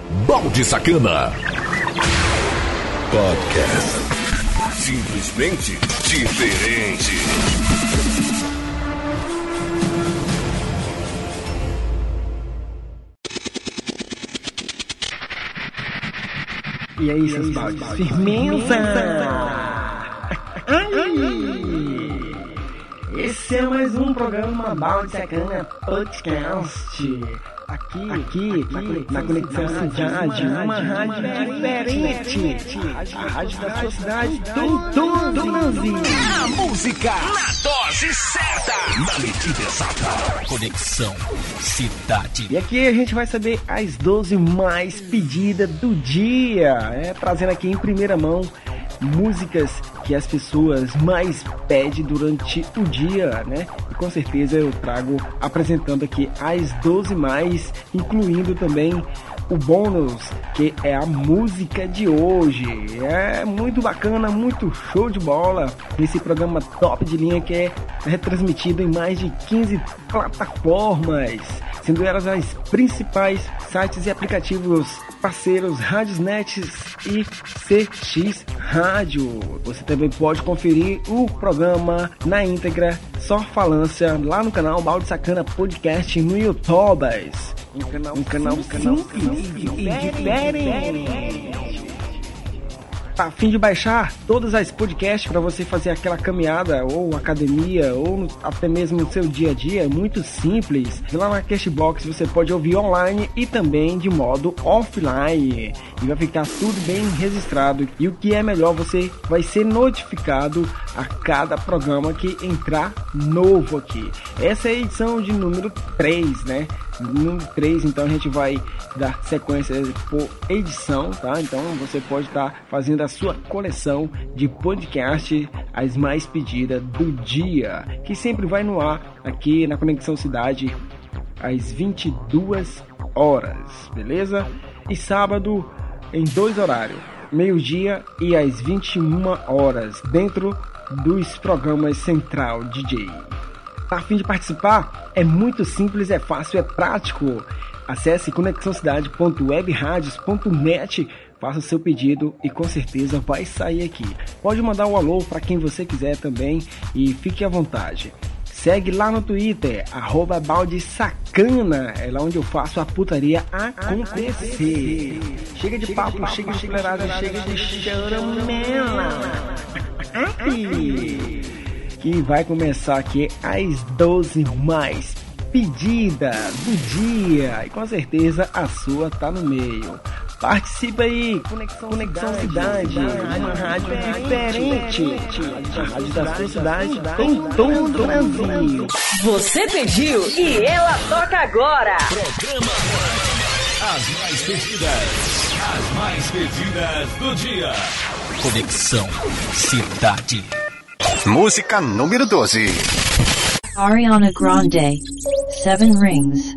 Balde Sacana Podcast. Simplesmente diferente. E aí, seus baldes? Firmeza! Esse é mais um programa Balde Sacana Podcast. Aqui na Conexão Cidade, uma rádio diferente. A rádio da sua cidade, do Brasil. A música na dose certa, na medida exata. Conexão Cidade. E aqui a gente vai saber as 12 mais pedidas do dia, trazendo aqui em primeira mão músicas que as pessoas mais pedem durante o dia, né? E com certeza eu trago apresentando aqui as 12 mais, incluindo também o bônus, que é a música de hoje. É muito bacana, muito show de bola. Esse programa top de linha que é retransmitido em mais de 15 plataformas, sendo elas as principais sites e aplicativos parceiros Radiosnet e CX Rádio. Você também pode conferir o programa na íntegra, só falância, lá no canal Balde Sacana Podcast no YouTube. Um canal simples e diferente. Tá a fim de baixar todas as podcasts para você fazer aquela caminhada ou academia ou até mesmo no seu dia a dia? É muito simples. Lá na Cashbox você pode ouvir online e também de modo offline, e vai ficar tudo bem registrado. E o que é melhor, você vai ser notificado a cada programa que entrar novo aqui. Essa é a edição de número 3, né? Número 3, então a gente vai dar sequência por edição, tá? Então você pode estar fazendo a sua coleção de podcast, as mais pedidas do dia, que sempre vai no ar aqui na Conexão Cidade às 22 horas, beleza? E sábado em 2 horários, meio-dia e às 21 horas, dentro dos programas Central DJ. A fim de participar, é muito simples, é fácil, é prático. Acesse conexãocidade.webradios.net, faça o seu pedido e com certeza vai sair aqui. Pode mandar um alô para quem você quiser também e fique à vontade. Segue lá no Twitter, @baldesacana, é lá onde eu faço a putaria acontecer. Chega de papo, chega de fuleirada, chega de choramela. Que vai começar aqui as 12 mais pedidas do dia. E com certeza a sua tá no meio. Participa aí, Conexão Cidade, uma rádio diferente. A rádio da sua cidade em todo o Brasil. Você pediu e ela toca agora. Programa As mais pedidas do dia. Conexão Cidade. Música número 12. Ariana Grande, 7 Rings.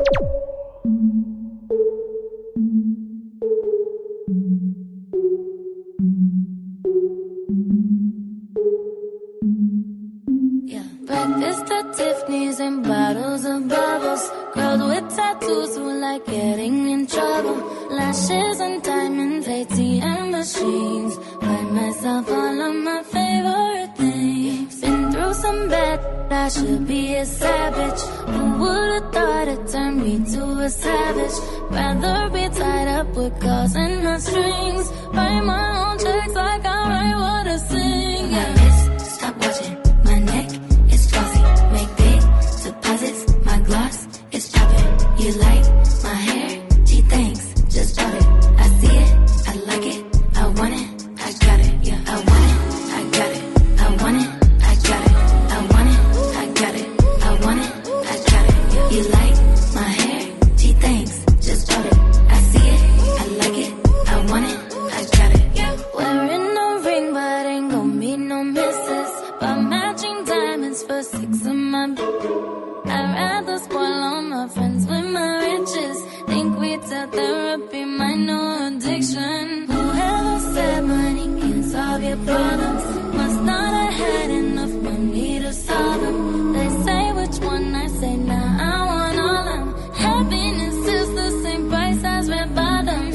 Breakfast at Tiffany's and bottles of bubbles. Girls with tattoos who like getting in trouble. Lashes and diamonds, ATM machines. Buy myself all of my favorite things. Been through some bad, I should be a savage. Who would've thought it turned me to a savage? Rather be tied up with calls and not strings. Write my own checks like I write what I sing. My wrist, stop watching. My neck is glossy. Make big deposits. My gloss is popping. You like my hair? Gee, thanks. Just bought it. I see it. I like it. I want it. I got it. Yeah, I want it. I got it. I want it. I got it. I want it. I got it. I want it. I got it. Yeah. You like my hair? Gee, thanks. Just bought it. I see it. I like it. I want it. I got it. Yeah. Wearing no ring, but ain't gon' be no misses. But matching diamonds for 6 of my. I'd rather spoil all my friends with my riches. Think we tell therapy, my no addiction. Whoever said money can solve your problems must not have had enough money to solve them. They say which one, I say nah, I want all of them. Happiness is the same price as red bottoms.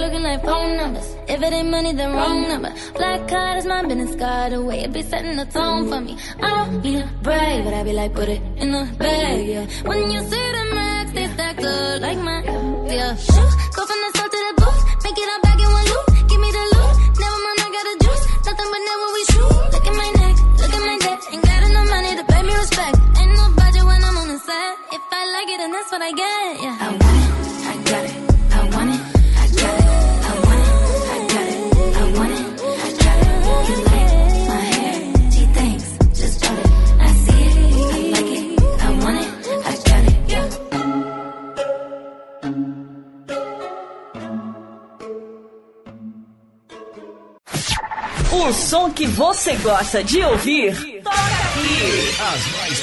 looking like phone numbers. If it ain't money, then wrong number. Black card is my business card away. It be setting the tone for me. I don't need a brag, but I be like, put it in the bag, yeah. When you see the max, they stacked up like my, yeah. Shoes, go from the south to the booth. Make it all back in one loop. Give me the loot. Never mind, I got a juice. Nothing but never we shoot. Look at my neck, look at my neck. Ain't got enough money to pay me respect. Ain't no budget when I'm on the set. If I like it, then that's what I get, yeah. I want it, I got it. I want it, I got it. I want it, I got it. I want it, I got it. You like my hair? Gee, thanks, just bought it. I see it, I like it. I want it, I got it, yeah. O som que você gosta de ouvir, toca aqui. As mais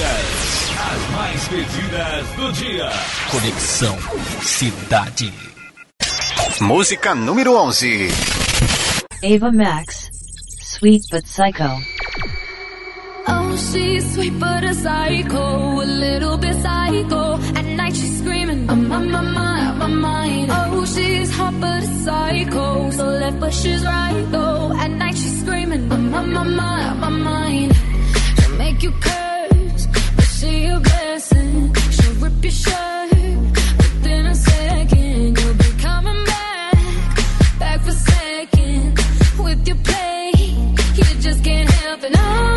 pedidas do dia. Conexão Cidade. Música número 11. Ava Max, Sweet But Psycho. Oh, she's sweet but a psycho, a little bit psycho. At night she's screaming, I'm on my mind. Oh, she's hot but a psycho, so left but she's right though. At night she's screaming, I'm on my mind. She'll make you curse, but she a blessing. She'll rip your shirt within a second. You'll be coming back for second. With your play, you just can't help it, no.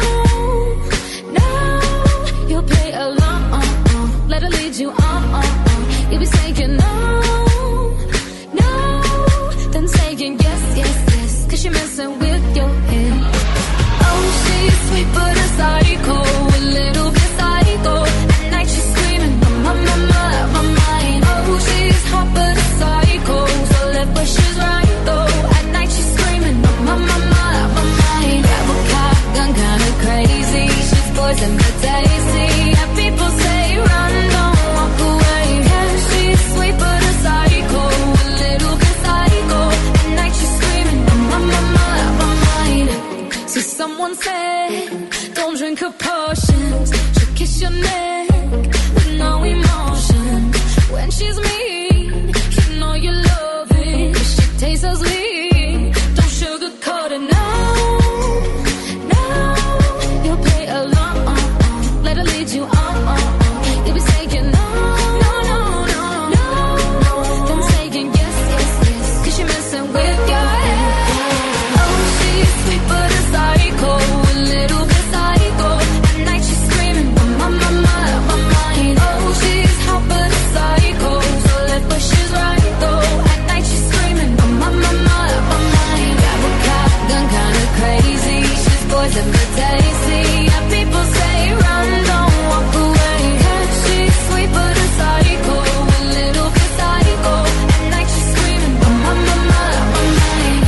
You'll play along, let her lead you on. You'll be saying no, then saying yes, cause you're messing with your head. Oh, she's sweet but a psycho, a little bit psycho. At night she's screaming, my mind. Oh, she's hot but a psycho, so left but she's right though. At night she's screaming, my mind. Grab a car, gun kinda crazy. She's poison but tasty. People say run, don't walk away. Yeah, she's sweet but a psycho, a little bit psycho. At night she's screaming, my mind. So someone said, don't drink her potions. She'll kiss your neck with no emotion. When she's mean, you know you love it. She tastes so sweet, don't sugarcoat it, no. You'll play along, let her lead you on. You'll be saying no, then saying yes, cause you're messing with your head. Oh, she's sweet but a psycho, a little bit psycho. At night she's screaming, my mind. Oh, she's hot but a psycho, so left but she's right though. At night she's screaming, my mind. Grab a cop, gun kinda crazy. She's poison but tasty. Yeah, people say run, don't walk away. Yeah, she's sweet but a psycho, a little bit psycho. At night she's screaming, my mind.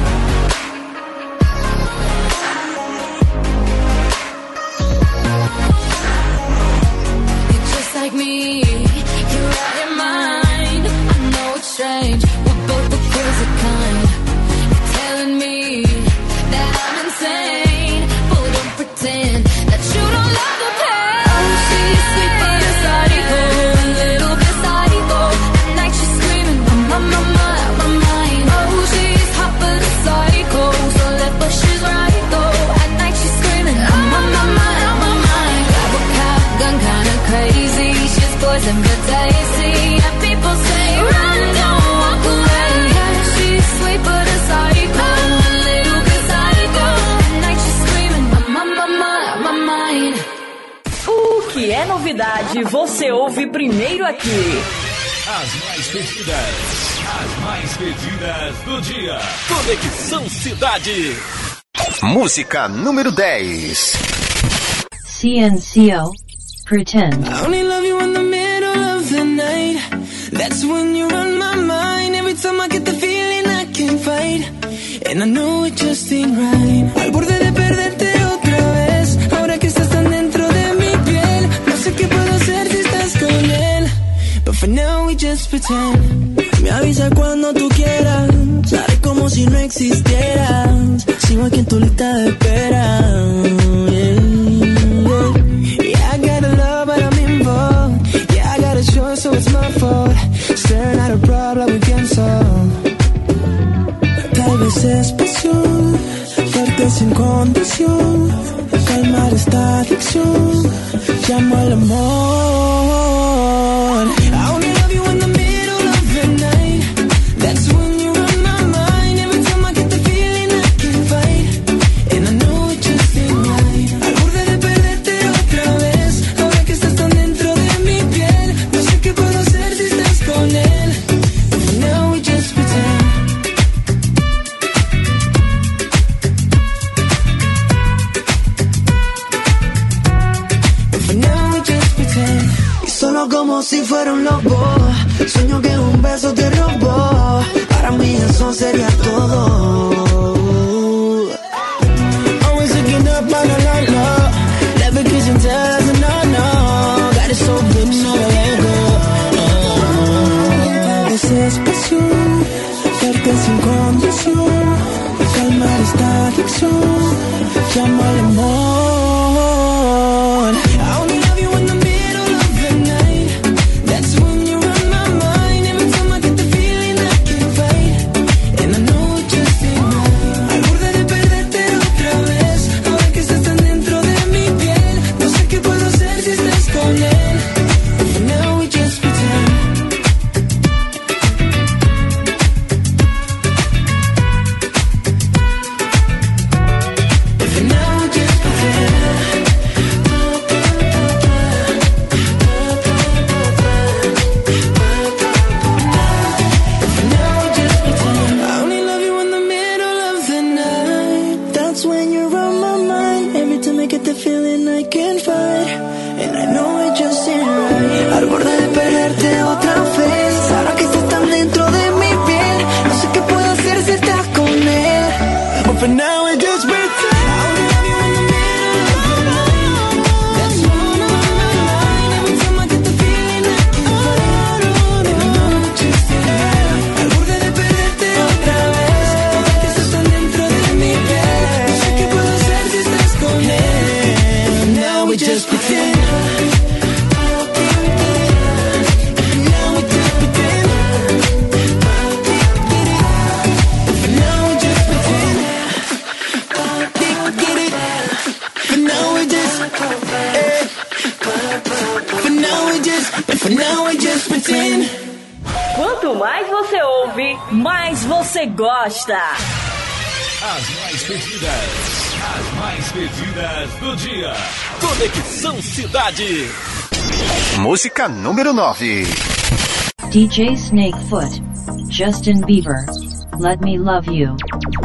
You're just like me, you're out your mind. I know it's strange, we're both the crazy kind. You're telling me that I'm insane, but don't pretend that you don't love the pain. Oh, she's sweet but a psycho, a little bit psycho. At night she's screaming, my mind. Oh, she's hot but a psycho, so left but she's right though. At night she's screaming, my mind. Grab a cop, gun kinda crazy. She's poison but tasty. Yeah, people say run, don't walk away. Yeah, she's sweet but a psycho, a little bit psycho. At night she's screaming, my mind. O que é novidade, você ouve primeiro aqui. As mais pedidas do dia. Conexão Cidade. Música número 10. CNCO, Pretend. I only love you in the middle of the night. That's when you're on my mind. Every time I get the feeling I can't fight. And I know it just ain't right. Al borde de perderte otra vez. Ahora que estás tan dentro de mi piel. No sé qué puedo hacer si estás con él. But for now we just pretend. Me avisa cuando tú quieras. Haré como si no existieras. Sigo aquí en tu lista de espera. Yeah, I gotta love but I'm involved. Yeah, I got a choice so it's my fault. Staring at a problem we can't solve. veces pasión, verte sin condición, calmar esta adicción, llamo al amor. I only love you in the middle of the night. That's when you're on my mind. Every time I get the feeling I can't fight, and I know it just ain't right. Al borde de perderte otra vez, ahora que estás tan dentro de mi piel. No sé qué puedo hacer si estás con él. For now we just pretend. Solo como si fuera un lobo, sueño que un beso te robó. Para mí eso sería todo. Always looking up, I don't know. Never kissing, tells, no, no. Got it so good, no me let go. A veces pasión, verte sin condición, calmar esta adicción, llamo al amor. I only love you in the middle of the night. That's when you're on my mind. Every time I get the feeling I can't fight, and I know it just ain't right. Al borde de perderte otra vez, ahora que estás tan dentro de mi piel. No sé qué puedo hacer si estás con él. For now we just pretend. For now we just pretend. I only love you in the middle of the night. That's when you're on my mind. Every time I get the feeling I can't fight, and I know it just ain't right. Al borde de perderte otra vez, ahora que estás tan dentro de mi piel. No sé qué puedo hacer si estás con él. But for now I just pretend. I only love you in the middle of the night. That's when you're on my mind. Every time I get the feeling I can't fight, and I know it just ain't right. Al borde de perderte otra vez, ahora que estás tan dentro de mi piel. No sé qué puedo hacer si estás con él. Now we just pretend. Now we just pretend. Now we just pretend. Get it? For now we just. For now we just pretend. Quanto mais você ouve, mais você gosta. As mais pedidas do dia. Conexão Cidade. Música número 9. DJ Snakefoot, Justin Bieber, Let Me Love You.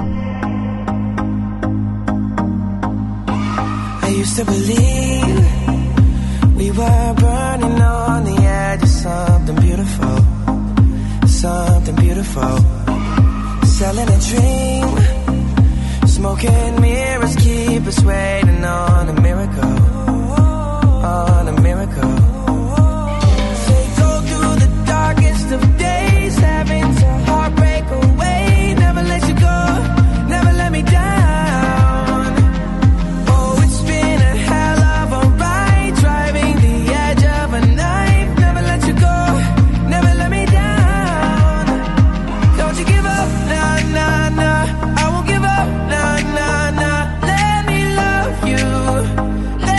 I used to believe we were burning on the edge of something beautiful, something beautiful. Selling a dream, smoking mirrors keep us waiting on a miracle, on a miracle. They go through the darkest of days, having to heartbreak away. Never let you go, never let me down. Oh, it's been a hell of a ride, driving the edge of a knife. Never let you go, never let me down. Don't you give up, nah, nah, nah. I won't give up, nah, nah, nah. Let me love you, let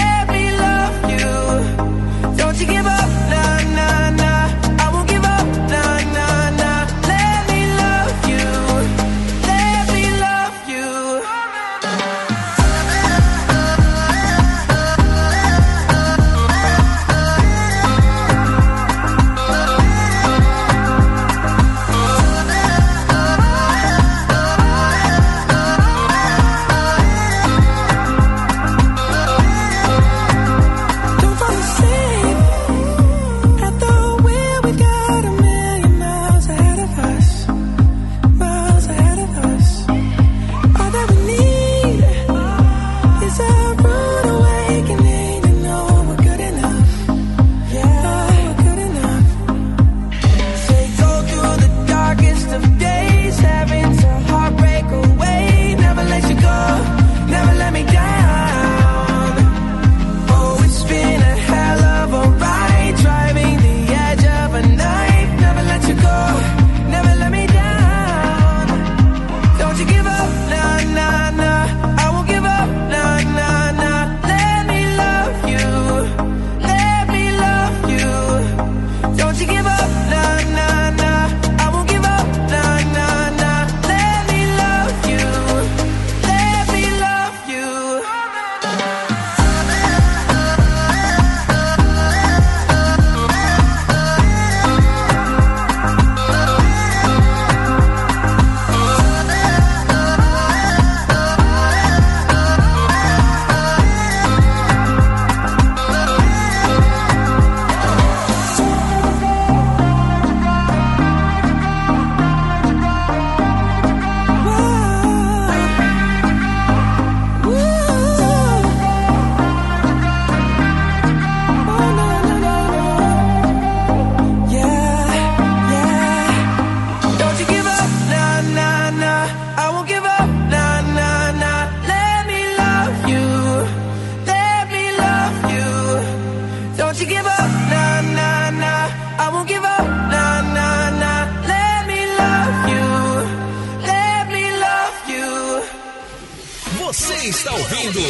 está ouvindo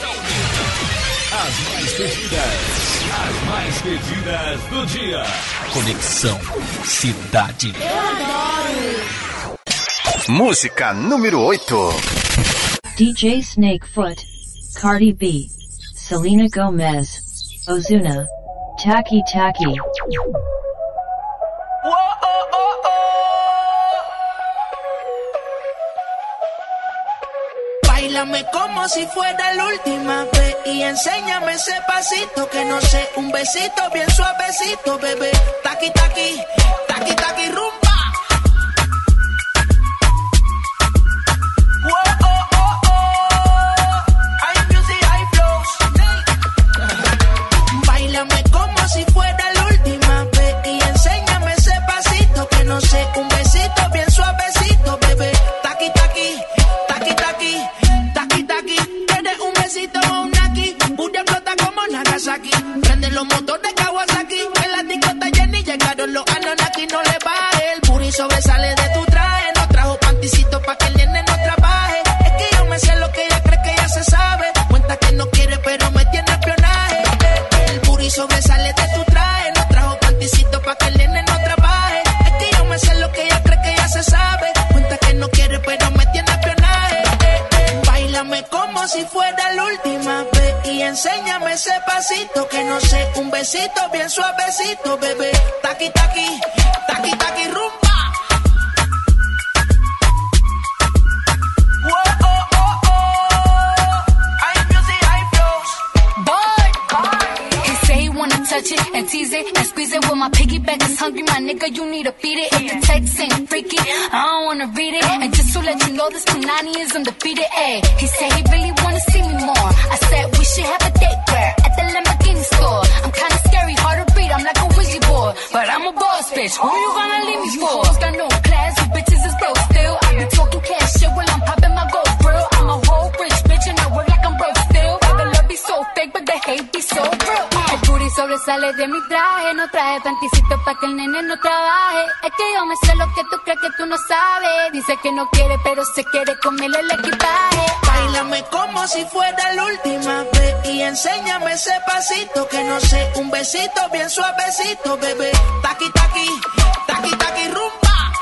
as mais pedidas do dia. Conexão Cidade. Eu adoro. Música número 8. DJ Snakefoot, Cardi B, Selena Gomez, Ozuna, Taki Taki. Báilame como si fuera la última vez y enséñame ese pasito que no sé, un besito bien suavecito, bebé. Taki taki, taki taki rumba. Báilame como si fuera la última vez y enséñame ese pasito que no sé, un besito bien suavecito, bebé. Taki taki, taki taki, taki taki. Tienes un besito o un aquí, una flota como Nagasaki. Prende los motores Kawasaki, en la discota Jenny llegaron los Anunnaki. No le baje, el booty sobresale de tu traje. No trajo panticito pa' que el nene no trabaje. Es que yo me sé lo que ella cree que ya se sabe. Cuenta que no quiere pero me tiene espionaje. El booty sobresale de tu traje. No trajo panticito pa' que el nene no trabaje. Es que yo me sé lo que ella cree que ya se sabe. Cuenta que no quiere pero me tiene espionaje. Báilame como si fuera la última vez y enséñame ese pasito que no sé, un besito bien suavecito, bebé. Taki taki, taki taki rumba. Touch it and tease it and squeeze it. Well, my piggyback is hungry, my nigga, you need to feed it. If the text ain't freaky, I don't wanna read it. And just to let you know, this Punani is undefeated. Ayy, he said he really wanna see me more. I said we should have a date where at the Lamborghini store. I'm kinda scary, hard to read, I'm like a Ouija board, but I'm a boss bitch. Who you gonna leave me for? You got no class, you bitches is broke still. I be talking cash shit while I'm popping my gold grill. I'm a whole rich bitch and I work like I'm broke still. The love be so fake, but the hate be so real. Sobresale de mi traje, no traje panticito pa' que el nene no trabaje. Es que yo me sé lo que tú crees que tú no sabes. Dice que no quiere, pero se quiere comerle el equipaje. Báilame como si fuera la última vez y enséñame ese pasito que no sé, un besito bien suavecito, bebé. Taki taki, taki taki rumba.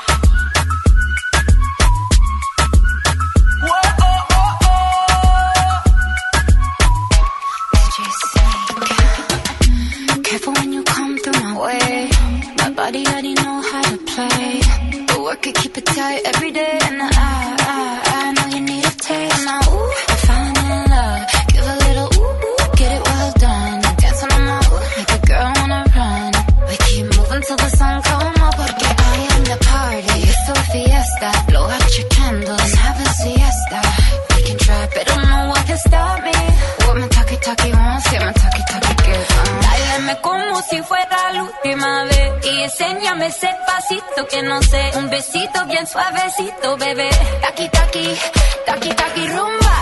When you come through my way, my body already know how to play. But work it, keep it tight every day. And I know you need a taste. Now, ooh, I'm falling in love. Give a little ooh, get it well done. Dance on my ooh, make a girl wanna run. We keep moving till the sun come up. Porque I am the party, it's a fiesta. Blow out your candles and have a siesta. We can try, but no one can stop me. What my talkie wants, get my talkie gives. Báilame como si fuera la última vez y enséñame ese pasito que no sé, un besito bien suavecito, bebé. Taki taki, taki taki rumba.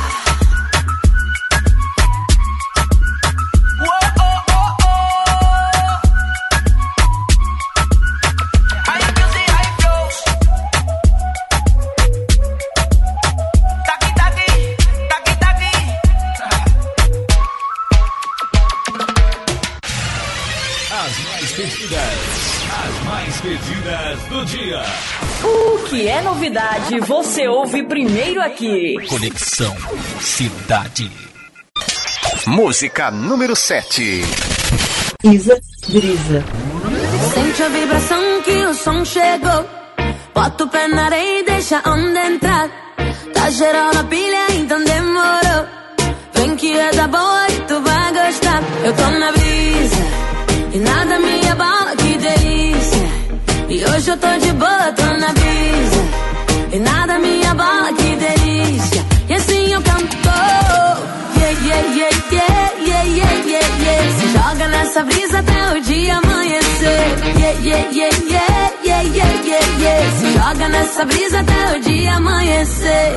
As mais pedidas do dia. O que é novidade, você ouve primeiro aqui. Conexão Cidade. Música número 7. Isa Brisa. Sente a vibração que o som chegou. Bota o pé na areia e deixa a onda entrar. Tá geral na pilha, então demorou. Vem que é da boa e tu vai gostar. Eu tô na brisa e nada me abala, que delícia. E hoje eu tô de boa, tô na brisa e nada me abala, que delícia. E assim eu canto, yeah, yeah, yeah, yeah, yeah, yeah, yeah, yeah. Se joga nessa brisa até o dia amanhecer. Yeah, yeah, yeah, yeah, yeah, yeah, yeah, yeah. Se joga nessa brisa até o dia amanhecer.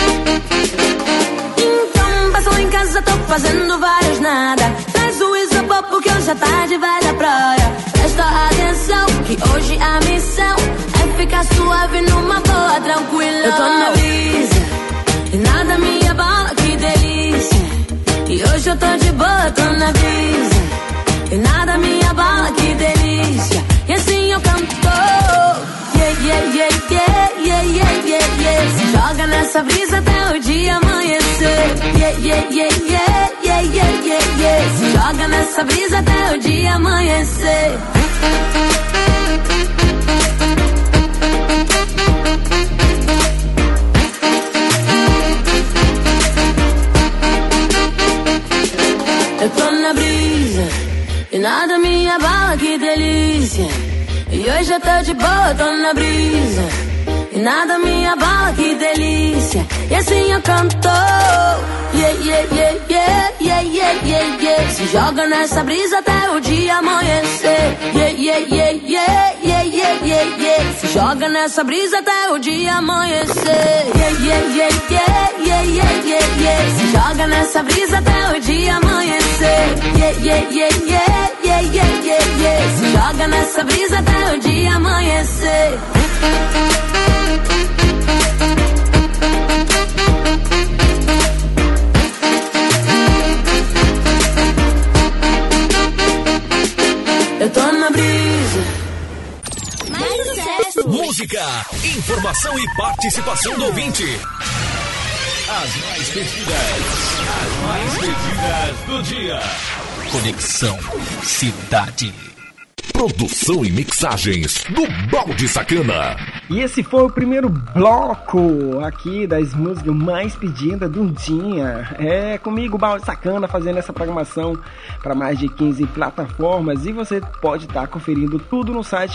Então passou em casa, tô fazendo vários nada. Traz o isopor acabou porque hoje à tarde vai da praia. Presta atenção que hoje a missão é ficar suave numa boa, tranquila. Eu tô na brisa e nada me abala, que delícia. E hoje eu tô de boa, tô na brisa e nada me abala, que delícia. E assim eu canto. Yeah, yeah, yeah, yeah, yeah, yeah, yeah, yeah. Se joga nessa brisa até o dia amanhecer. Yeah, yeah, yeah, yeah, yeah, yeah, yeah, yeah. Se joga nessa brisa até o dia amanhecer. Eu tô na brisa e nada me abala, que delícia. E hoje eu tô de boa, tô na brisa e nada me abala, que delícia. E assim eu canto. Yeah, yeah, yeah, yeah, yeah, yeah, yeah, yeah. Se joga nessa brisa até o dia amanhecer. Yeah, yeah, yeah, yeah, yeah, yeah, yeah, yeah. Se joga nessa brisa até o dia amanhecer. Yeah, yeah, yeah, yeah, yeah, yeah, yeah, yeah. Se joga nessa brisa até o dia amanhecer. Yeah, yeah, yeah, yeah, yeah, yeah, yeah, yeah. Se joga nessa brisa até o dia amanhecer. Eu tô na brisa. Mais sucesso. Música, informação e participação do ouvinte. As mais pedidas do dia. Conexão Cidade. Produção e mixagens do Balde Sacana. E esse foi o primeiro bloco aqui das músicas mais pedidas do dia. É comigo, Balde Sacana, fazendo essa programação para mais de 15 plataformas. E você pode estar conferindo tudo no site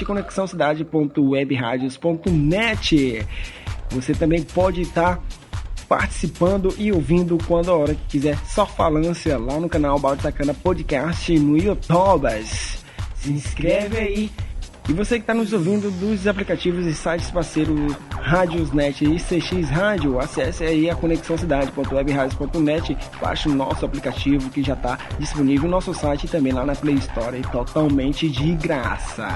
conexãocidade.webradios.net. Você também pode estar participando e ouvindo quando a hora que quiser. Só falância lá no canal Balde Sacana Podcast no YouTube. Se inscreve aí. E você que está nos ouvindo dos aplicativos e sites parceiros Radiosnet e CX Rádio, acesse aí a conexãocidade.webradios.net, baixe o nosso aplicativo que já está disponível no nosso site e também lá na Play Store, totalmente de graça.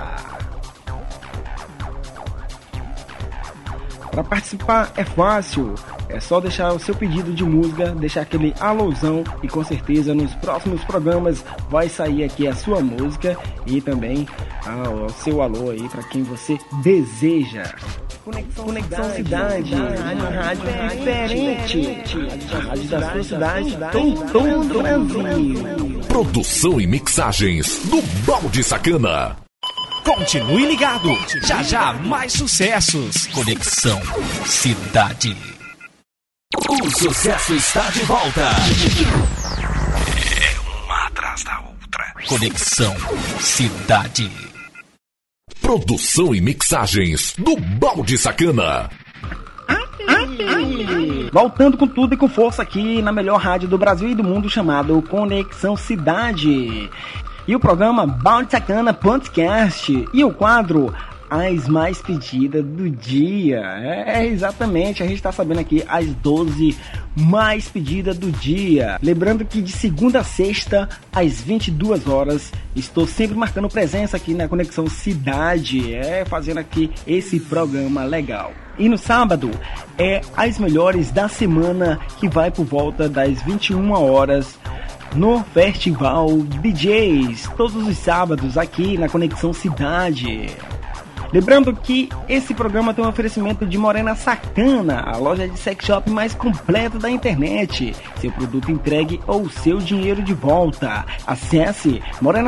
Para participar é fácil, é só deixar o seu pedido de música, deixar aquele alôzão e com certeza nos próximos programas vai sair aqui a sua música e também o seu alô aí para quem você deseja. Conexão Cidade, uma rádio diferente, a rádio da sua cidade, todo o Brasil. Produção e mixagens do Balde Sacana. Continue ligado, já mais sucessos. Conexão Cidade. O sucesso está de volta. É uma atrás da outra. Conexão Cidade. Produção e mixagens do Balde Sacana. Voltando com tudo e com força aqui na melhor rádio do Brasil e do mundo, chamado Conexão Cidade. E o programa Balde Sacana Podcast e o quadro As Mais Pedidas do Dia. Exatamente, a gente está sabendo aqui as 12 mais pedidas do dia. Lembrando que de segunda a sexta, às 22 horas, estou sempre marcando presença aqui na Conexão Cidade, fazendo aqui esse programa legal. E no sábado, as melhores da semana, que vai por volta das 21 horas, no Festival DJs, todos os sábados aqui na Conexão Cidade. Lembrando que esse programa tem um oferecimento de Morena Sacana, a loja de sex shop mais completa da internet. Seu produto entregue ou seu dinheiro de volta. Acesse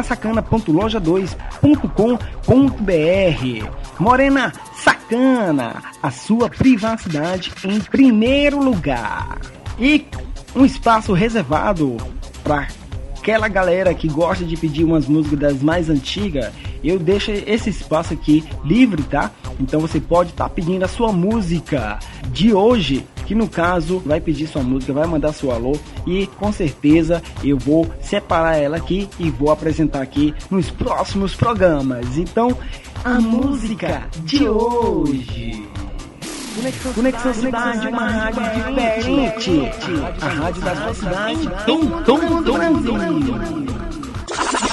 morenasacana.loja2.com.br. Morena Sacana, a sua privacidade em primeiro lugar. E um espaço reservado para aquela galera que gosta de pedir umas músicas das mais antigas. Eu deixo esse espaço aqui livre, tá? Então você pode estar pedindo a sua música de hoje, que no caso vai pedir sua música, vai mandar seu alô e com certeza eu vou separar ela aqui e vou apresentar aqui nos próximos programas. Então, a música de hoje. Conexão Cidade, uma rádio diferente. A rádio da sua cidade, todo o Brasil.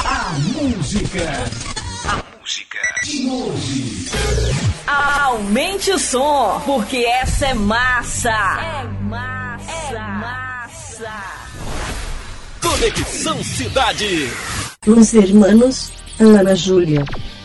A música de hoje. Aumente o som, porque essa é massa. É massa. É massa. Conexão Cidade. Los hermanos, Ana Júlia.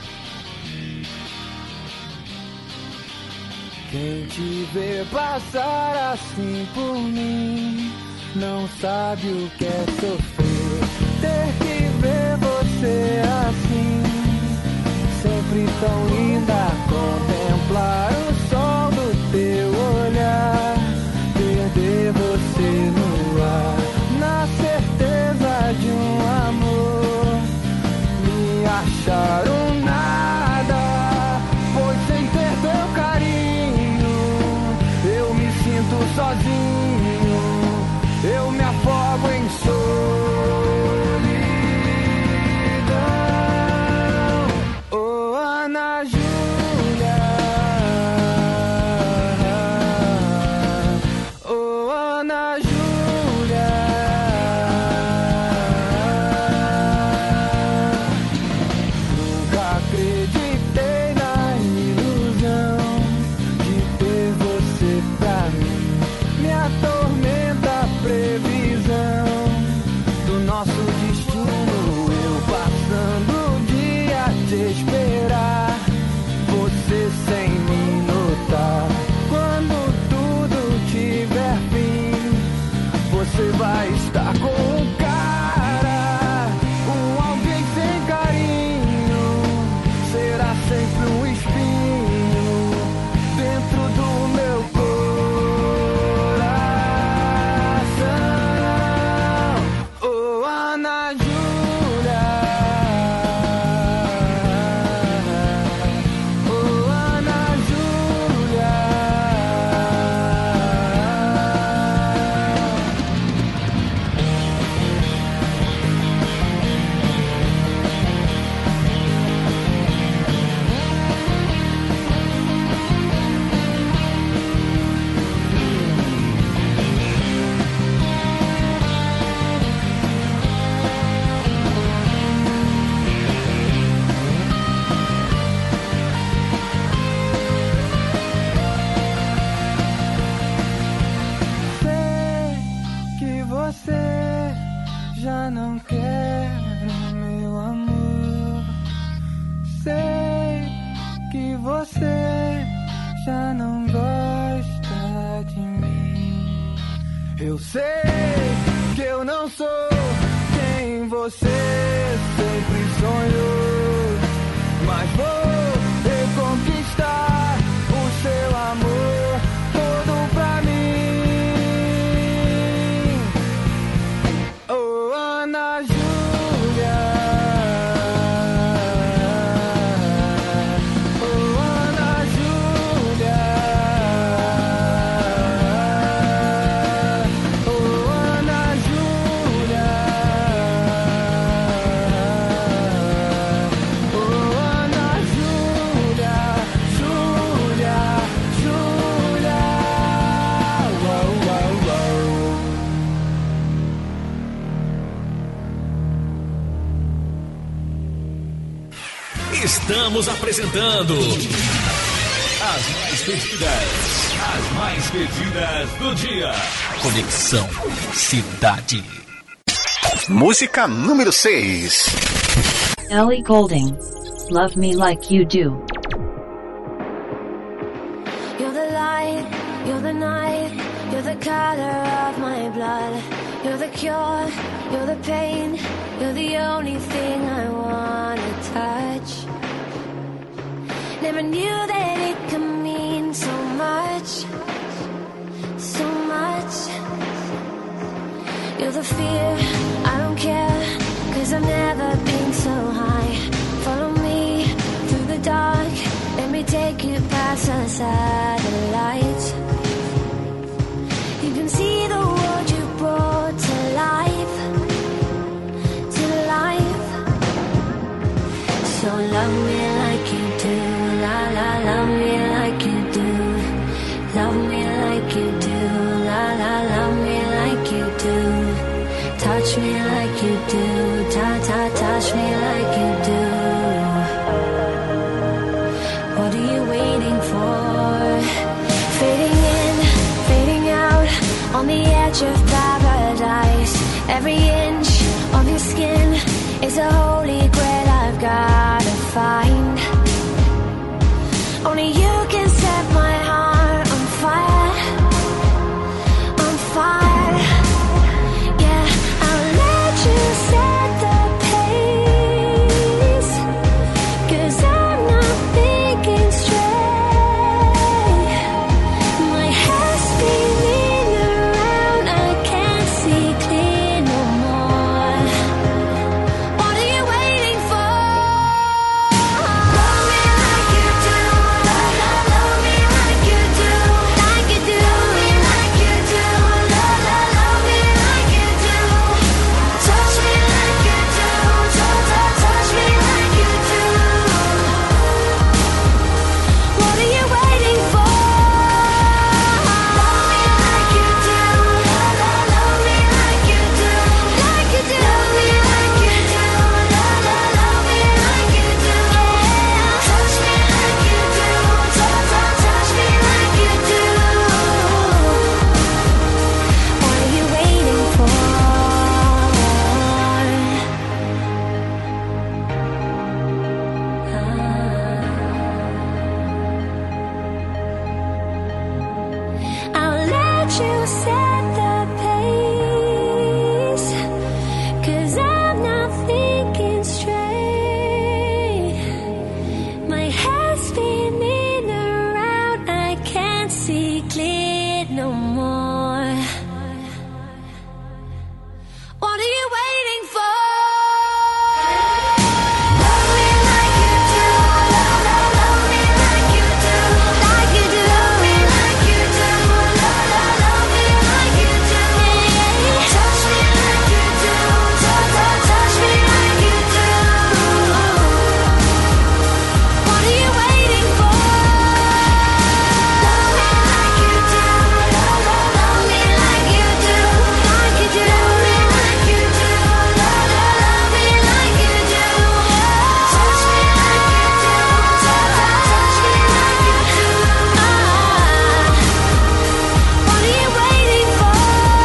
Quem te vê passar assim por mim não sabe o que é sofrer. Ter que ver você assim, sempre tão linda. Contemplar o sol do teu olhar, perder você no ar, na certeza de um amor, me achar um nada, pois sem ter teu carinho eu me sinto sozinho, eu me afogo em solidão. Oh, Ana Júlia, oh, Ana Júlia, nunca acreditei na ilusão de ter você pra mim. Me atormenta a previsão do nosso destino, eu passando o dia a te esperar, você sem me notar. Quando tudo tiver fim, você vai estar com um cara, alguém sem carinho, será sempre um espinho dentro do meu coração. Oh, Ana Júlia, oh, Ana Júlia, sei que você já não quer meu amor, sei que você já não gosta de mim. Eu sei que eu não sou quem você sempre sonhou, mas vou reconquistar o seu amor todo pra mim. Oh, Ana Júlia, oh, Ana Júlia, oh, Ana Júlia, oh, Ana Júlia, Júlia, Júlia, uau, uau, uau. Estamos apresentando as mais pedidas do dia. Conexão Cidade. Música número 6. Ellie Goulding, Love Me Like You Do. You're the light, you're the night, you're the color of my blood. You're the cure, you're the pain, you're the only thing I wanna touch. Never knew that it could mean so much, so much. You're the fear, I don't care, 'cause I've never been so high. Follow me through the dark, let me take you past the satellites. You can see the world you brought to life, to life. So love me like you do, la la, love me like you do. Love me like you do, la la, love me like you do. Touch me like you do, ta ta, touch me like you do. Only you can set my heart on fire, on fire. Yeah, I'll let you set the pace, 'cause I'm not thinking straight. My head's spinning around, I can't see clear no more. What are you waiting for? Love me like you do, love me like you do, like you do. Love me like you do, love me like you do. Touch me like you do, touch me like you do. What are you waiting for? Love me like you do, love me like you do, like you do. Love me like you do, love me like you do. Touch me like you do, touch me like you do. What are you waiting for? I'll let you set the pace, 'cause I'm not thinking straight. My head's spinning around, I can't see clear no more. What are you waiting for? Love me like you do, love me like you do, like you do. Love me like you do, love me like you do. Touch me like you do, touch me like you do. What are you waiting for? Love me like you do, love me like you do, like you do. Love me like you do, love me like you do. Touch me like you do, touch me like you do. What are you waiting for?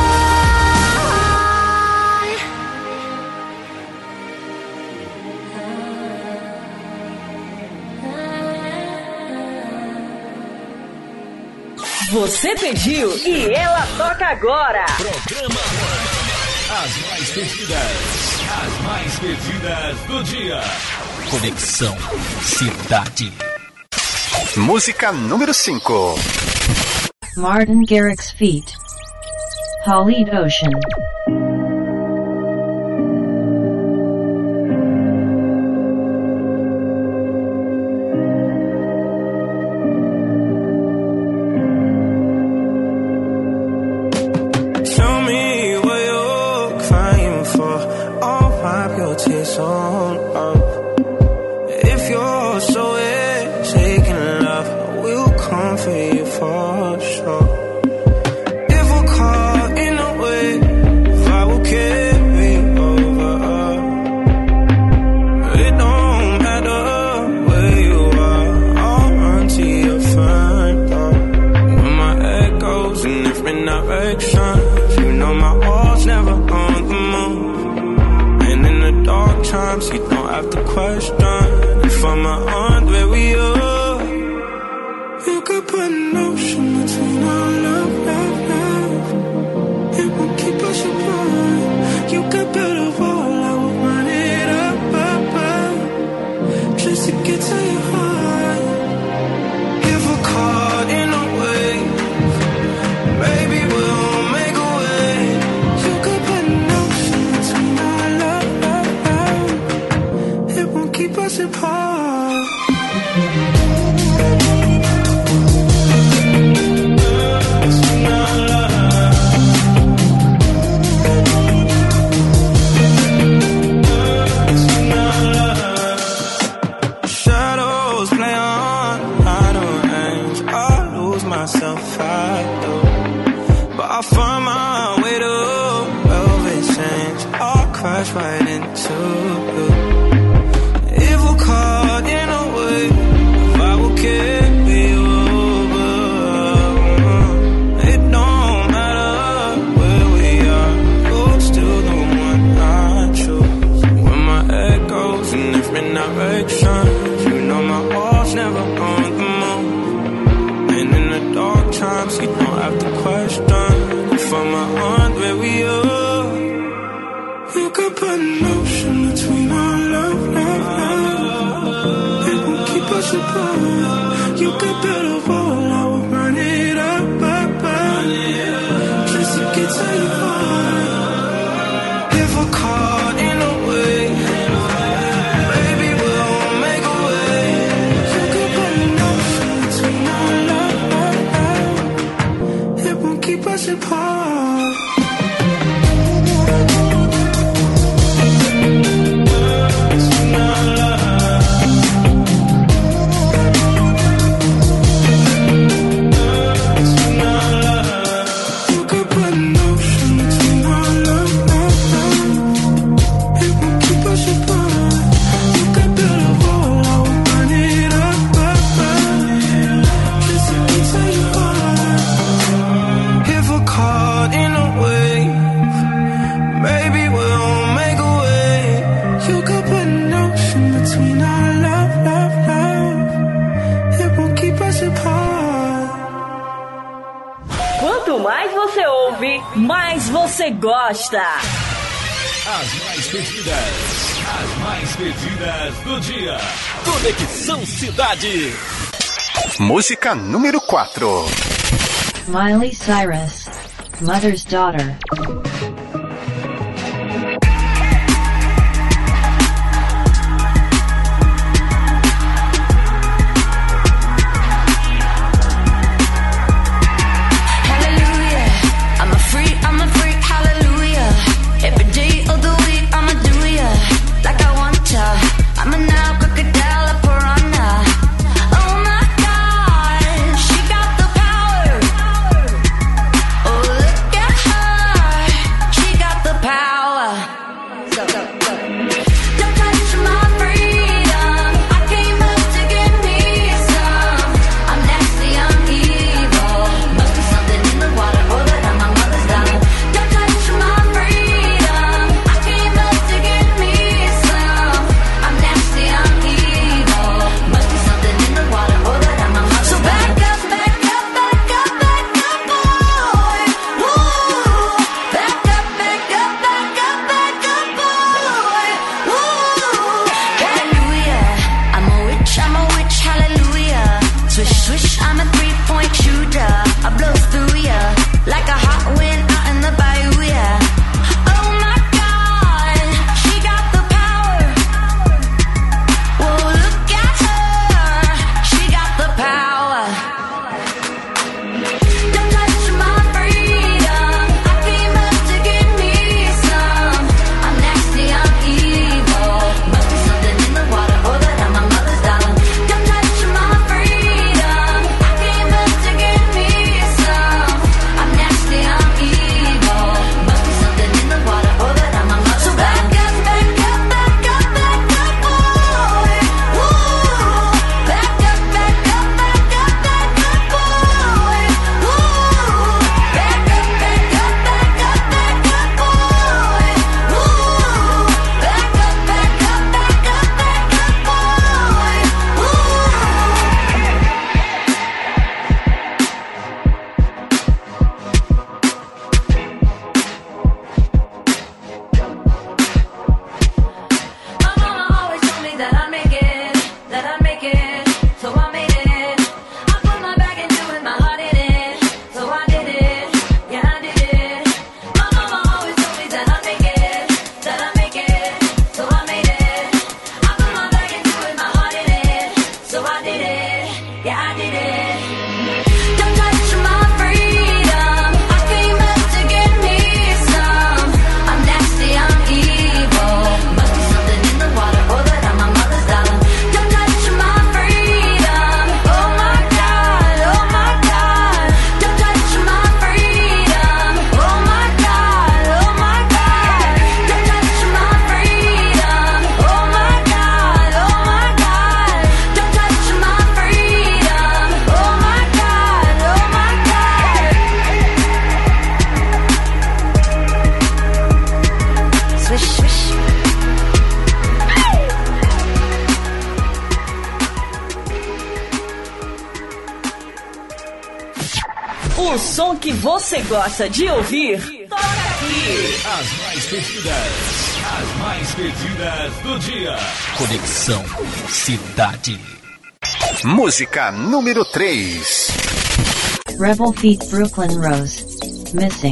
Você pediu e ela toca agora. Programa As Mais Pedidas. As Mais Pedidas do dia. Conexão Cidade. Música número 5. Martin Garrix feat. Khalid Ocean. Show me what you're crying for. I'll wipe your tears on up. If you're so taking love, we'll comfort you for sure. If we're caught in a wave, I will carry over. It don't matter where you are, I'll run to your front door. When my head goes in different directions, you know my heart's never on the move. And in the dark times, you don't have to question if I'm on where we are. You could put an ocean between our love, love, love. It won't keep us apart. You could build a wall, I will run it up, up, up, just to get to your heart. If we're caught in a wave, baby, we'll make a way. You could put an ocean between our love, love, love. It won't keep us apart. Shadows play on, I don't range. I lose myself, I do. But I find my way to velvet change. I'll crash right into you. If we're caught in a wave, I will carry you over. It don't matter where we are, you're still the one I choose. When my head goes in different directions, you know my heart's never on the move. put an ocean between our love. It won't keep us apart. You could build a wall, I will burn it up. Just to get to your heart. If we're caught in a wave, maybe we'll make a way. You could put an ocean between our love. It won't keep us apart. Mais você gosta. As mais pedidas do dia. Conexão Cidade. Música número 4. Miley Cyrus, Mother's Daughter. O som que você gosta de ouvir, toca aqui. As mais pedidas, As mais pedidas do dia. Conexão Cidade. Música número 3. Rebel Feet Brooklyn Rose. Missing.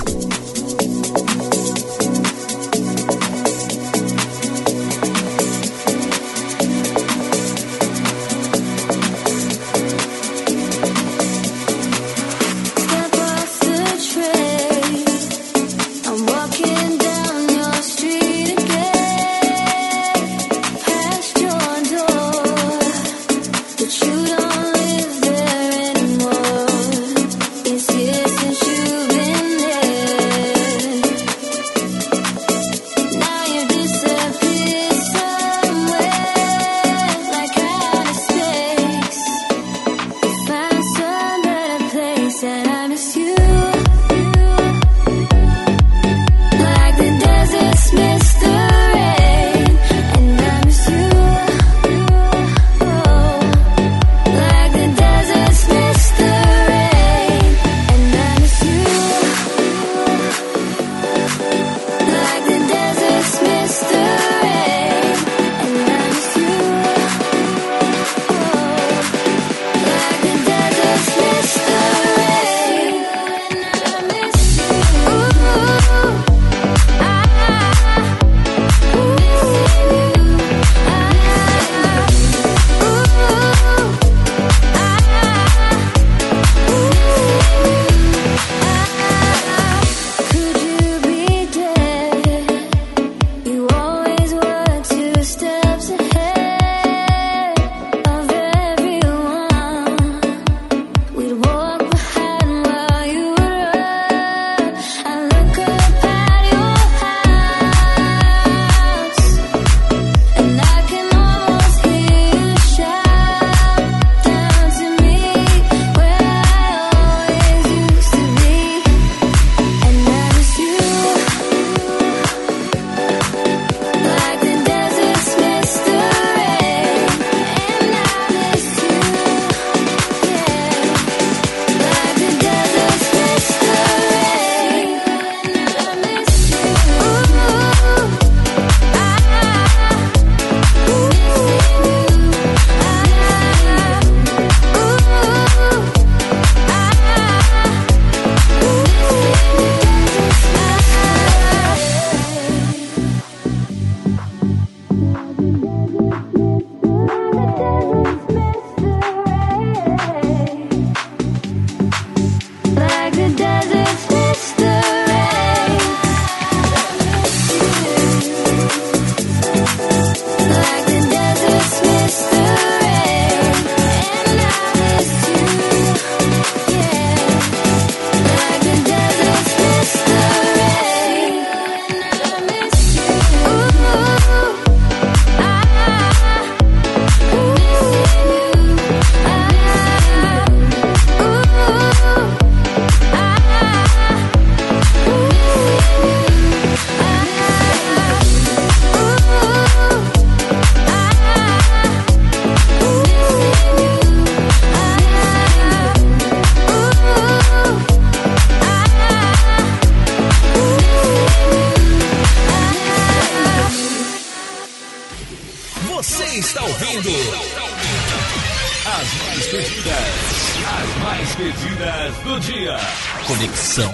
Pedidas do dia. Conexão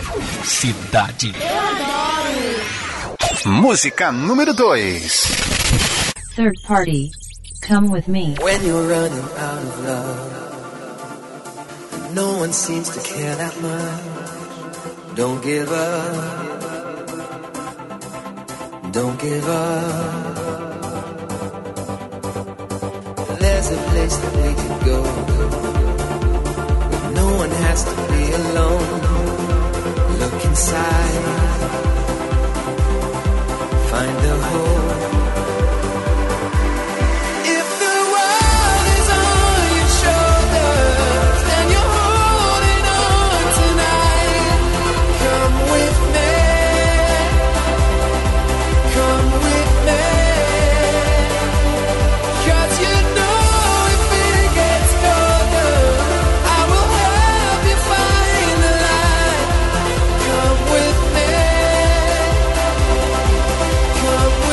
Cidade. Eu adoro. Música número 2. Third Party. Come with me. When you're running out of love, no one seems to care that much. Don't give up. Don't give up. There's a place that we could go. No one has to be alone. Look inside. Find a hope. If the world is on your shoulders and you're holding on tonight, come with me. Come with me. 'Cause you know if it gets colder, I will help you find the light. Come with me. Come with me.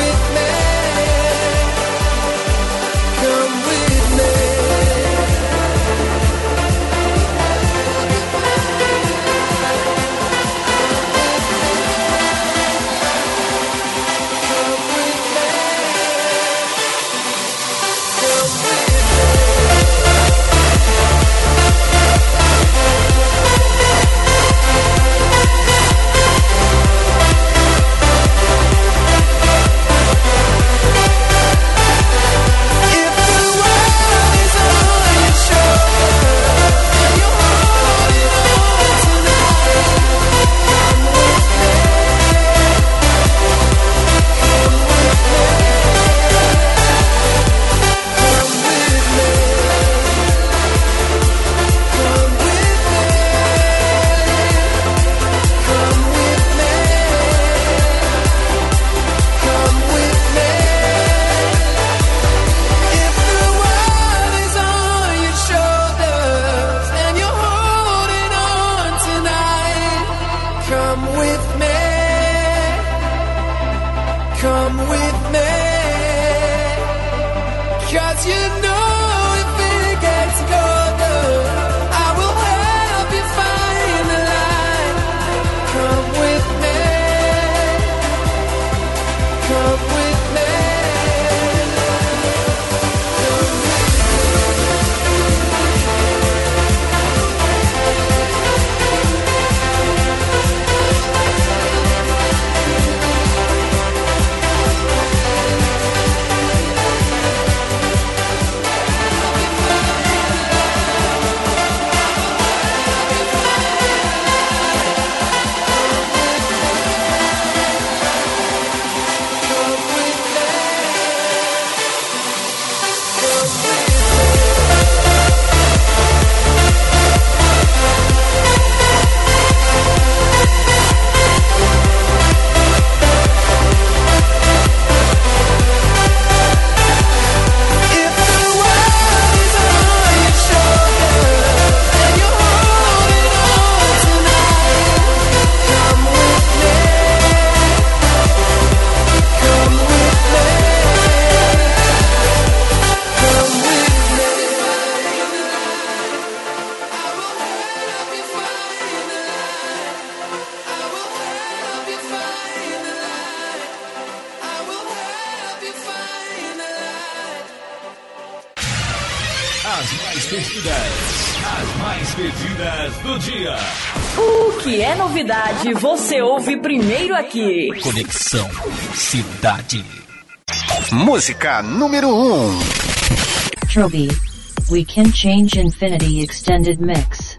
As mais pedidas do dia. O que é novidade, você ouve primeiro aqui. Conexão Cidade. Música número 1. Trobe. We Can Change Infinity Extended Mix.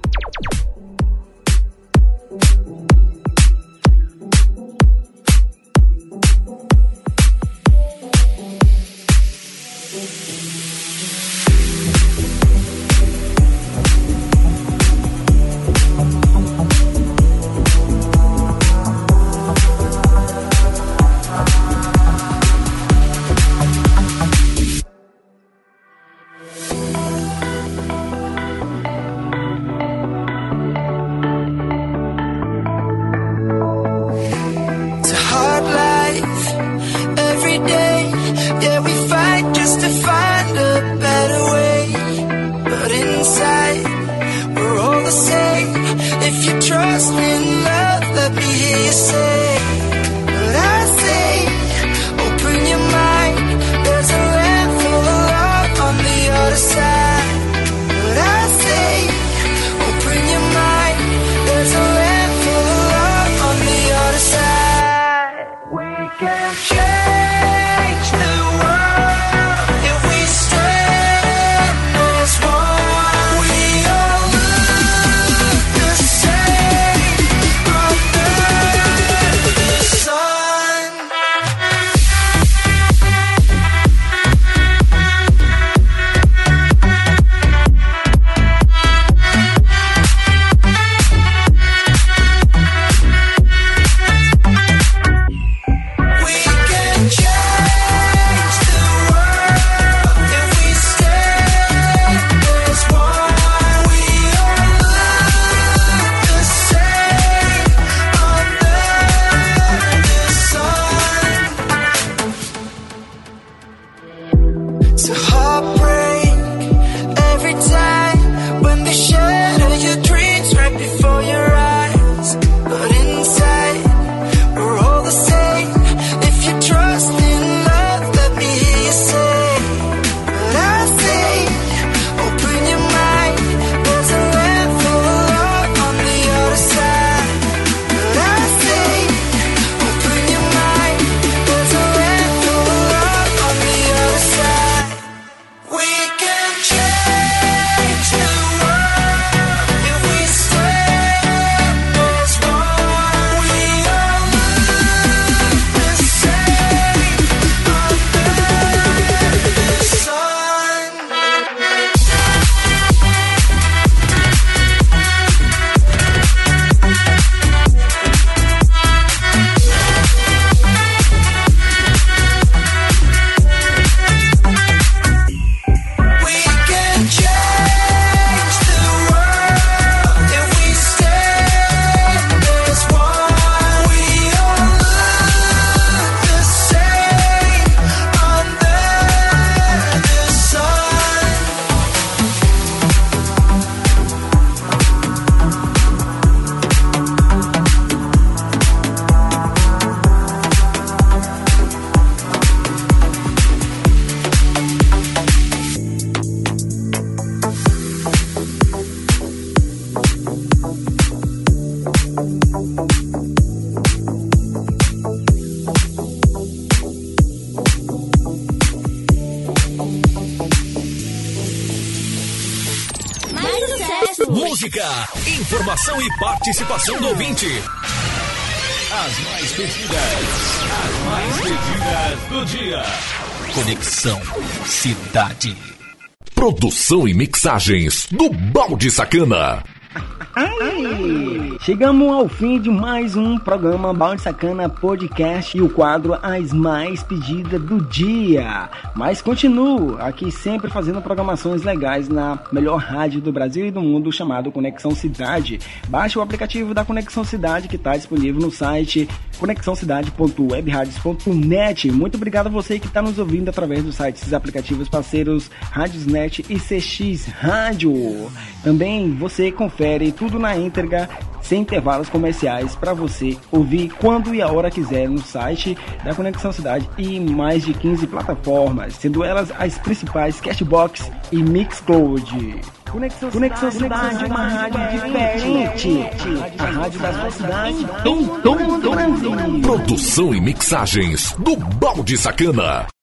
Música, informação e participação do ouvinte. As mais pedidas do dia. Conexão Cidade. Produção e mixagens do Balde Sacana. Chegamos ao fim de mais um programa Balde Sacana Podcast e o quadro As Mais Pedidas do Dia. Mas continuo aqui sempre fazendo programações legais na melhor rádio do Brasil e do mundo, chamado Conexão Cidade. Baixe o aplicativo da Conexão Cidade, que está disponível no site conexãocidade.webradios.net. Muito obrigado a você que está nos ouvindo através dos sites e aplicativos parceiros Radiosnet e CX Rádio. Também você confere tudo na íntegra sem intervalos comerciais para você ouvir quando e a hora quiser no site da Conexão Cidade e mais de 15 plataformas, sendo elas as principais Cashbox e Mixcloud. Conexão Cidade, uma rádio diferente. A rádio da sua cidade em todo o Brasil. Produção e mixagens do Balde Sacana.